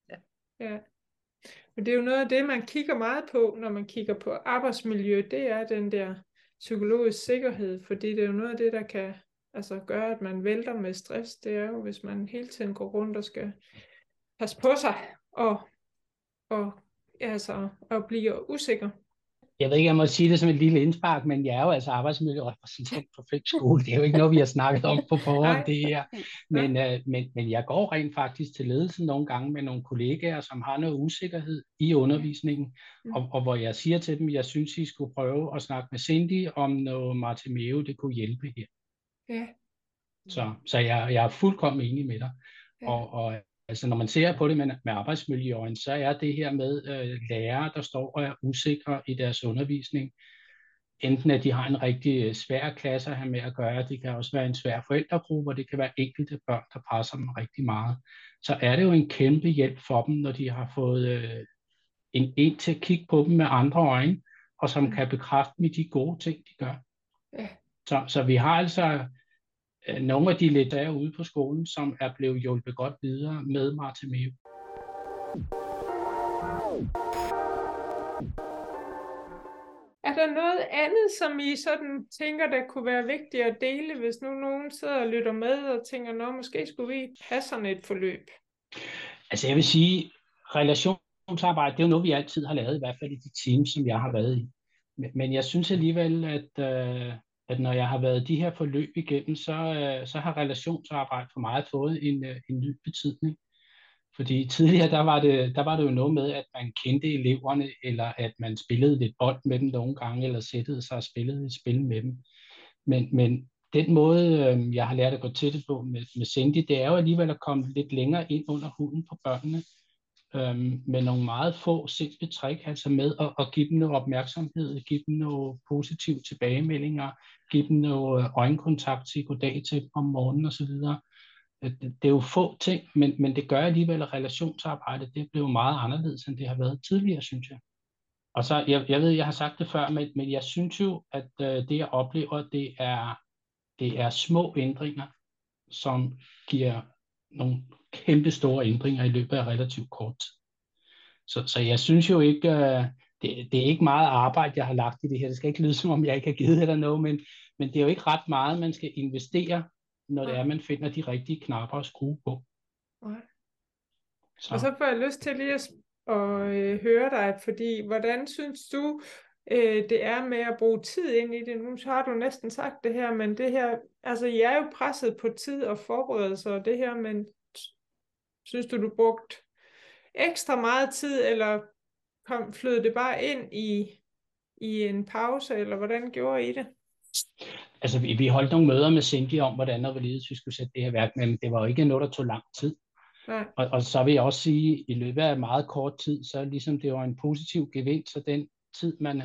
Ja. Men det er jo noget af det, man kigger meget på, når man kigger på arbejdsmiljø, det er den der psykologisk sikkerhed, fordi det er jo noget af det, der kan gøre, at man vælter med stress. Det er jo, hvis man hele tiden går rundt og skal passe på sig og bliver usikker. Jeg ved ikke, jeg må sige det som et lille indspark, men jeg er jo altså arbejdsmiljørepræsentant på Flink Skole. Det er jo ikke noget, vi har snakket om på forhånd, det her. Men jeg går rent faktisk til ledelsen nogle gange med nogle kollegaer, som har noget usikkerhed i undervisningen, og hvor jeg siger til dem, jeg synes, I skulle prøve at snakke med Cindy om noget Martimeo, det kunne hjælpe her. Ja. Så jeg er fuldkommen enig med dig. Ja. Og altså, når man ser på det med arbejdsmiljøøjen, så er det her med lærere, der står og er usikre i deres undervisning. Enten at de har en rigtig svær klasse at have med at gøre, det kan også være en svær forældregruppe, og det kan være enkelte børn, der presser dem rigtig meget. Så er det jo en kæmpe hjælp for dem, når de har fået en til at kigge på dem med andre øjne, og som kan bekræfte med de gode ting, de gør. Ja. Så vi har altså nogle af de ledere ude på skolen, som er blevet hjulpet godt videre med Martimeo. Er der noget andet, som I sådan tænker, der kunne være vigtigt at dele, hvis nu nogen sidder og lytter med og tænker, nå, måske skulle vi have sådan et forløb? Altså jeg vil sige, relationsarbejde, det er jo noget, vi altid har lavet, i hvert fald i de teams, som jeg har været i. Men jeg synes alligevel, at når jeg har været de her forløb igennem, så har relationsarbejde for mig fået en ny betydning. Fordi tidligere, der var det jo noget med, at man kendte eleverne, eller at man spillede lidt bold med dem nogle gange, eller sættede sig og spillede et spil med dem. Men den måde, jeg har lært at gå til det på med Cindy, det er jo alligevel at komme lidt længere ind under huden på børnene, med nogle meget få simple trick, altså med at give dem noget opmærksomhed, give dem noget positive tilbagemeldinger, give dem noget øjenkontakt, sige goddag til dem om morgenen osv. Det er jo få ting, men det gør alligevel, at relationsarbejdet det blev meget anderledes, end det har været tidligere, synes jeg. Og så, jeg ved, jeg har sagt det før, men jeg synes jo, at det jeg oplever, det er små ændringer, som giver nogle kæmpe store ændringer i løbet af relativt kort tid. Så jeg synes jo ikke, det er ikke meget arbejde, jeg har lagt i det her. Det skal ikke lyde, som om jeg ikke har givet eller noget, men det er jo ikke ret meget, man skal investere, når det er, man finder de rigtige knapper at skrue på. Okay. Og så får jeg lyst til lige at høre dig, fordi hvordan synes du, det er med at bruge tid ind i det? Nu har du næsten sagt det her, men det her, altså I er jo presset på tid og forberedelse og det her, men synes du brugte ekstra meget tid, eller flød det bare ind i en pause, eller hvordan gjorde I det? Altså, vi holdt nogle møder med Cindy om, hvordan og hvorledes vi skulle sætte det her værk, men det var jo ikke noget, der tog lang tid. Og så vil jeg også sige, at i løbet af meget kort tid, så ligesom det var en positiv gevinst, så den tid, man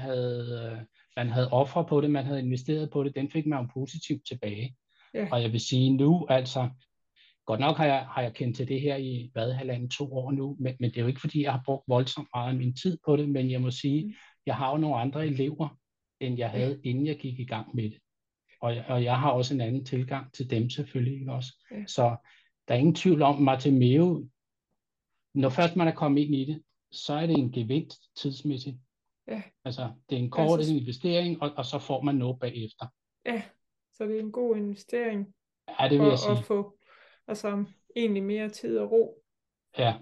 havde offret på det, man havde investeret på det, den fik man jo positivt tilbage. Ja. Og jeg vil sige nu, altså, godt nok har jeg kendt til det her i 1,5-2 år nu, men det er jo ikke fordi, jeg har brugt voldsomt meget af min tid på det, men jeg må sige, jeg har jo nogle andre elever, end jeg havde, inden jeg gik i gang med det. Og jeg har også en anden tilgang til dem selvfølgelig også. Ja. Så der er ingen tvivl om, Martimeo, når først man er kommet ind i det, så er det en gevinst tidsmæssigt. Ja. Altså, det er en kort investering, og så får man noget bagefter. Ja, så det er en god investering. Ja, det vil jeg sige. At få egentlig mere tid og ro. Ja.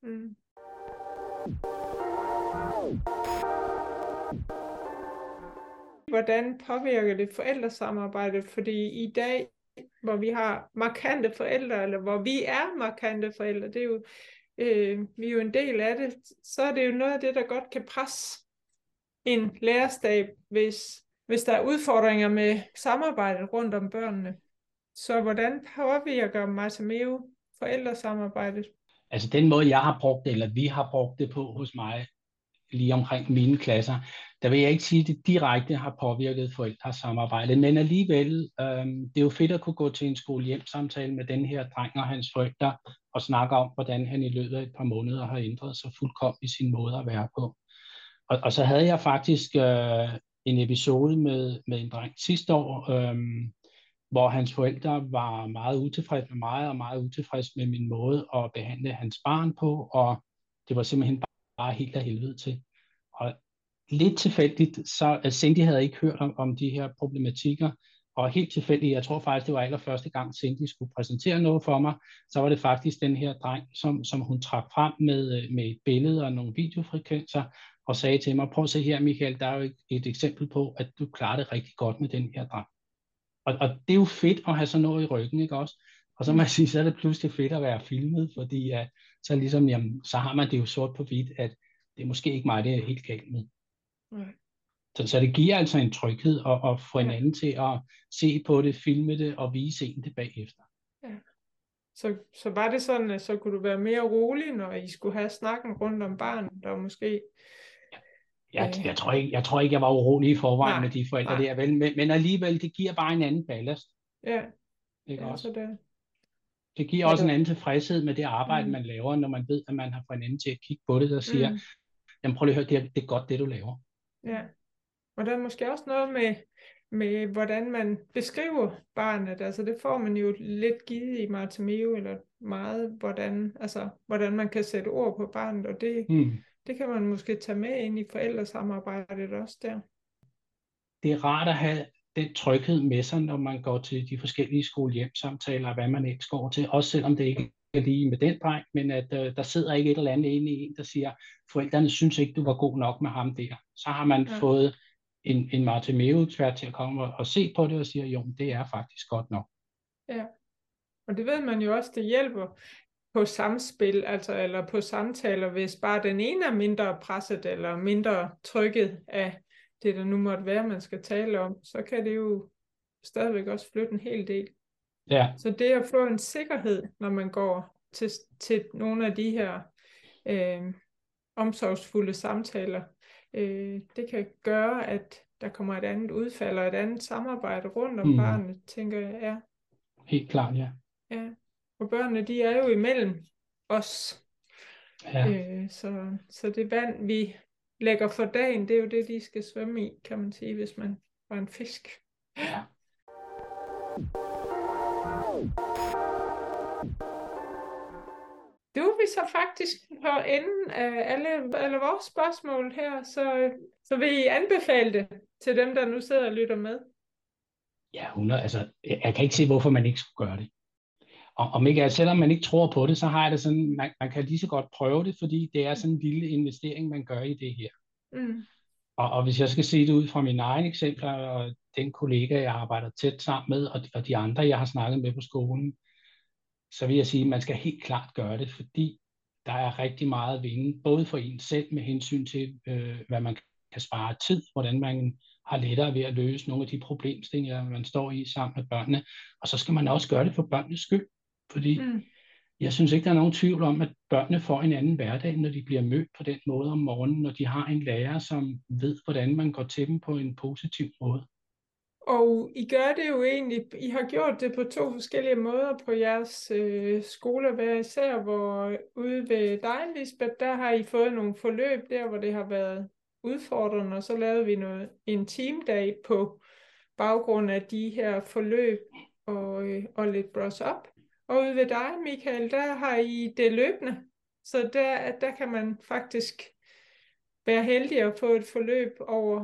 Hvordan påvirker det forældresamarbejdet? Fordi i dag, hvor vi har markante forældre, eller hvor vi er markante forældre, det er jo, vi er jo en del af det, så er det jo noget af det, der godt kan presse en lærerstab, hvis der er udfordringer med samarbejdet rundt om børnene. Så hvordan påvirker Martimeo forældresamarbejdet? Altså den måde, jeg har brugt det, eller vi har brugt det på hos mig, lige omkring mine klasser, der vil jeg ikke sige, at det direkte har påvirket forældresamarbejdet, men alligevel, det er jo fedt at kunne gå til en skole-hjem-samtale med den her dreng og hans forældre, og snakke om, hvordan han i løbet af et par måneder har ændret sig fuldkommen i sin måde at være på. Og så havde jeg faktisk en episode med en dreng sidste år, hvor hans forældre var meget utilfredse med mig, og meget utilfredse med min måde at behandle hans barn på, og det var simpelthen bare helt af helvede til. Og lidt tilfældigt, så Cindy havde ikke hørt om de her problematikker, og helt tilfældigt, jeg tror faktisk, det var allerførste gang, Cindy skulle præsentere noget for mig, så var det faktisk den her dreng, som hun trak frem med et billede og nogle videofrekvenser, og sagde til mig, prøv at se her, Michael, der er jo et eksempel på, at du klarer det rigtig godt med den her dreng. Og det er jo fedt at have sådan noget i ryggen, ikke også? Og så må jeg sige, så er det pludselig fedt at være filmet, fordi så ligesom, jamen, så har man det jo sort på hvidt, at det er måske ikke mig, det er helt galt med. Så det giver altså en tryghed at få en anden til at se på det, filme det og vise en det bagefter. Ja. Så var det sådan, at så kunne du være mere rolig, når I skulle have snakken rundt om barnet, og måske... Jeg tror ikke, jeg var urolig i forvejen med de forældre nej. der, vel? Men alligevel, det giver bare en anden ballast. Ja. Ikke Ja, også? Det giver også en anden tilfredshed med det arbejde, man laver, når man ved, at man har fået en anden til at kigge på det, og siger, jamen prøv lige at høre, det er godt, det du laver. Ja, og der er måske også noget med hvordan man beskriver barnet. Altså det får man jo lidt givet i Bartomeu, eller meget, hvordan man kan sætte ord på barnet, og det kan man måske tage med ind i forældresamarbejdet også der. Det er rart at have den tryghed med sig, når man går til de forskellige skole-hjem-samtaler, hvad man ikke går til, også selvom det ikke er lige med den dreng, men at der sidder ikke et eller andet inde i en, der siger, forældrene synes ikke, du var god nok med ham der. Så har man fået en Bartomeu-ekspert til at komme og se på det og sige, jo, det er faktisk godt nok. Ja, og det ved man jo også, det hjælper på samspil, eller på samtaler, hvis bare den ene er mindre presset eller mindre trykket af det, der nu måtte være, man skal tale om, så kan det jo stadigvæk også flytte en hel del. Ja. Så det at få en sikkerhed, når man går til nogle af de her omsorgsfulde samtaler, det kan gøre, at der kommer et andet udfald og et andet samarbejde rundt om barnet, tænker jeg. Ja. Helt klart, ja. Ja. Og børnene, de er jo imellem os. Ja. Så det vand, vi lægger for dagen, det er jo det, de skal svømme i, kan man sige, hvis man var en fisk. Ja. Du vil så faktisk på enden af alle vores spørgsmål her, så vil I anbefale det til dem, der nu sidder og lytter med? Ja, 100. Altså, jeg kan ikke se, hvorfor man ikke skulle gøre det. Og ikke, selvom man ikke tror på det, så har jeg det sådan, man kan lige så godt prøve det, fordi det er sådan en lille investering, man gør i det her. Og hvis jeg skal se det ud fra mine egne eksempler, og den kollega, jeg arbejder tæt sammen med, og de andre, jeg har snakket med på skolen, så vil jeg sige, at man skal helt klart gøre det, fordi der er rigtig meget at vinde, både for en selv med hensyn til, hvad man kan spare tid, hvordan man har lettere ved at løse nogle af de problemstillinger, man står i sammen med børnene, og så skal man også gøre det for børnenes skyld, fordi jeg synes ikke, der er nogen tvivl om, at børnene får en anden hverdag, når de bliver mødt på den måde om morgenen, når de har en lærer, som ved, hvordan man går til dem på en positiv måde. Og I gør det jo egentlig, I har gjort det på 2 forskellige måder på jeres skoler hver især, hvor ude ved dig, Lisbeth, der har I fået nogle forløb der, hvor det har været udfordrende, og så lavede vi en teamdag på baggrund af de her forløb og lidt brush up. Og ude ved dig, Michael, der har I det løbende, så der kan man faktisk være heldig at få et forløb over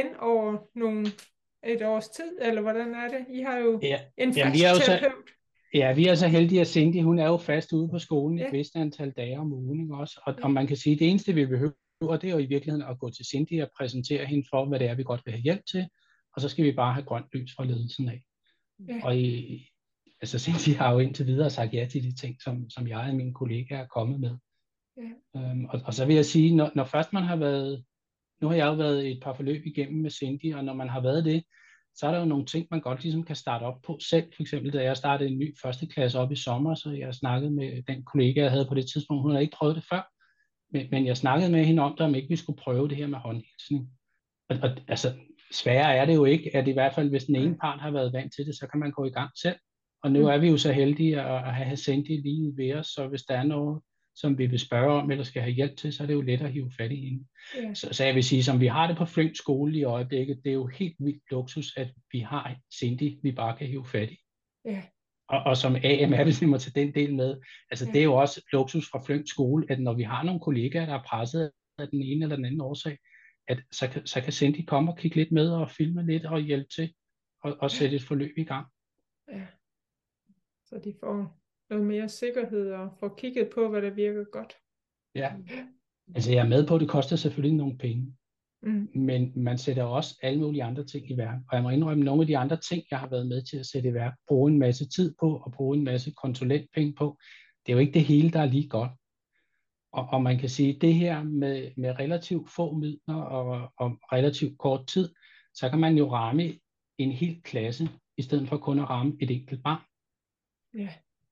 et års tid, eller hvordan er det? I har jo en fast terapeut. Vi er så heldige, at Cindy, hun er jo fast ude på skolen et vist antal dage om ugen også, og man kan sige, at det eneste, vi behøver, det er jo i virkeligheden at gå til Cindy og præsentere hende for, hvad det er, vi godt vil have hjælp til, og så skal vi bare have grønt lys fra ledelsen af. Og Cindy har jo indtil videre sagt ja til de ting, som jeg og mine kollegaer er kommet med. Og så vil jeg sige, når først man har været, nu har jeg jo været et par forløb igennem med Cindy, og når man har været det, så er der jo nogle ting, man godt ligesom kan starte op på selv. For eksempel, da jeg startede en ny første klasse op i sommer, så jeg snakkede med den kollega, jeg havde på det tidspunkt. Hun havde ikke prøvet det før, men jeg snakkede med hende om det, om ikke vi skulle prøve det her med håndhilsning. Og altså, sværere er det jo ikke, at i hvert fald, hvis den ene part har været vant til det, så kan man gå i gang selv. Og nu er vi jo så heldige at have Cindy lige ved os, så hvis der er noget, som vi vil spørge om, eller skal have hjælp til, så er det jo let at hive fat i hende. Så jeg vil sige, som vi har det på Fløng skole i øjeblikket, det er jo helt vildt luksus, at vi har Cindy, vi bare kan hive fat i. Og som AM er, hvis vi må tage den del med, altså det er jo også luksus fra Fløng skole, at når vi har nogle kollegaer, der er presset af den ene eller den anden årsag, at så kan Cindy komme og kigge lidt med og filme lidt og hjælpe til. at sætte et forløb i gang. Ja. Så de får noget mere sikkerhed og får kigget på, hvad der virker godt. Ja, altså jeg er med på, at det koster selvfølgelig nogle penge. Men man sætter også alle mulige andre ting i værk. Og jeg må indrømme, nogle af de andre ting, jeg har været med til at sætte i værk, bruge en masse tid på og bruge en masse konsulentpenge på, det er jo ikke det hele, der er lige godt. Og man kan sige, at det her med relativt få midler og relativt kort tid, så kan man jo ramme en hel klasse, i stedet for kun at ramme et enkelt barn. Ja.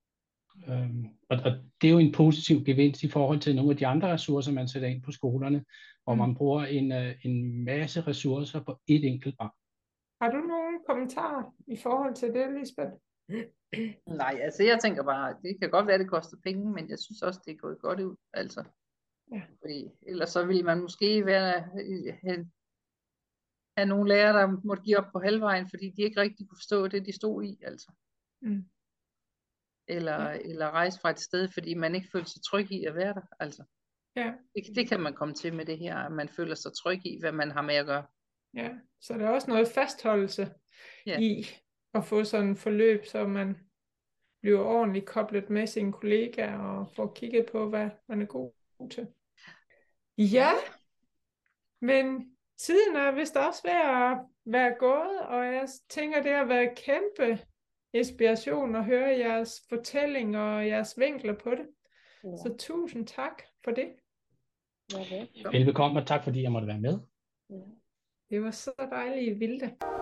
Og det er jo en positiv gevinst i forhold til nogle af de andre ressourcer, man sætter ind på skolerne, hvor man bruger en masse ressourcer på et enkelt barn. Har du nogle kommentarer i forhold til det, Lisbeth? Nej, altså jeg tænker bare, det kan godt være, at det koster penge, men jeg synes også, det er gået godt ud. Altså. Ja. Fordi ellers så ville man måske have nogle lærere, der måtte give op på halvvejen, fordi de ikke rigtig kunne forstå det, de stod i. Altså. Eller rejse fra et sted, fordi man ikke følte sig tryg i at være der. Altså. Ja. Det kan man komme til med det her, at man føler sig tryg i, hvad man har med at gøre. Ja, så der er også noget fastholdelse i at få sådan en forløb, så man bliver ordentligt koblet med sine kollegaer og får kigget på, hvad man er god til. Ja, men tiden er vist også ved at være gået, og jeg tænker, det har været kæmpe inspiration at høre jeres fortælling og jeres vinkler på det. Ja. Så tusind tak for det. Velbekomme, og tak fordi jeg måtte være med. Det var så dejligt, Vilde.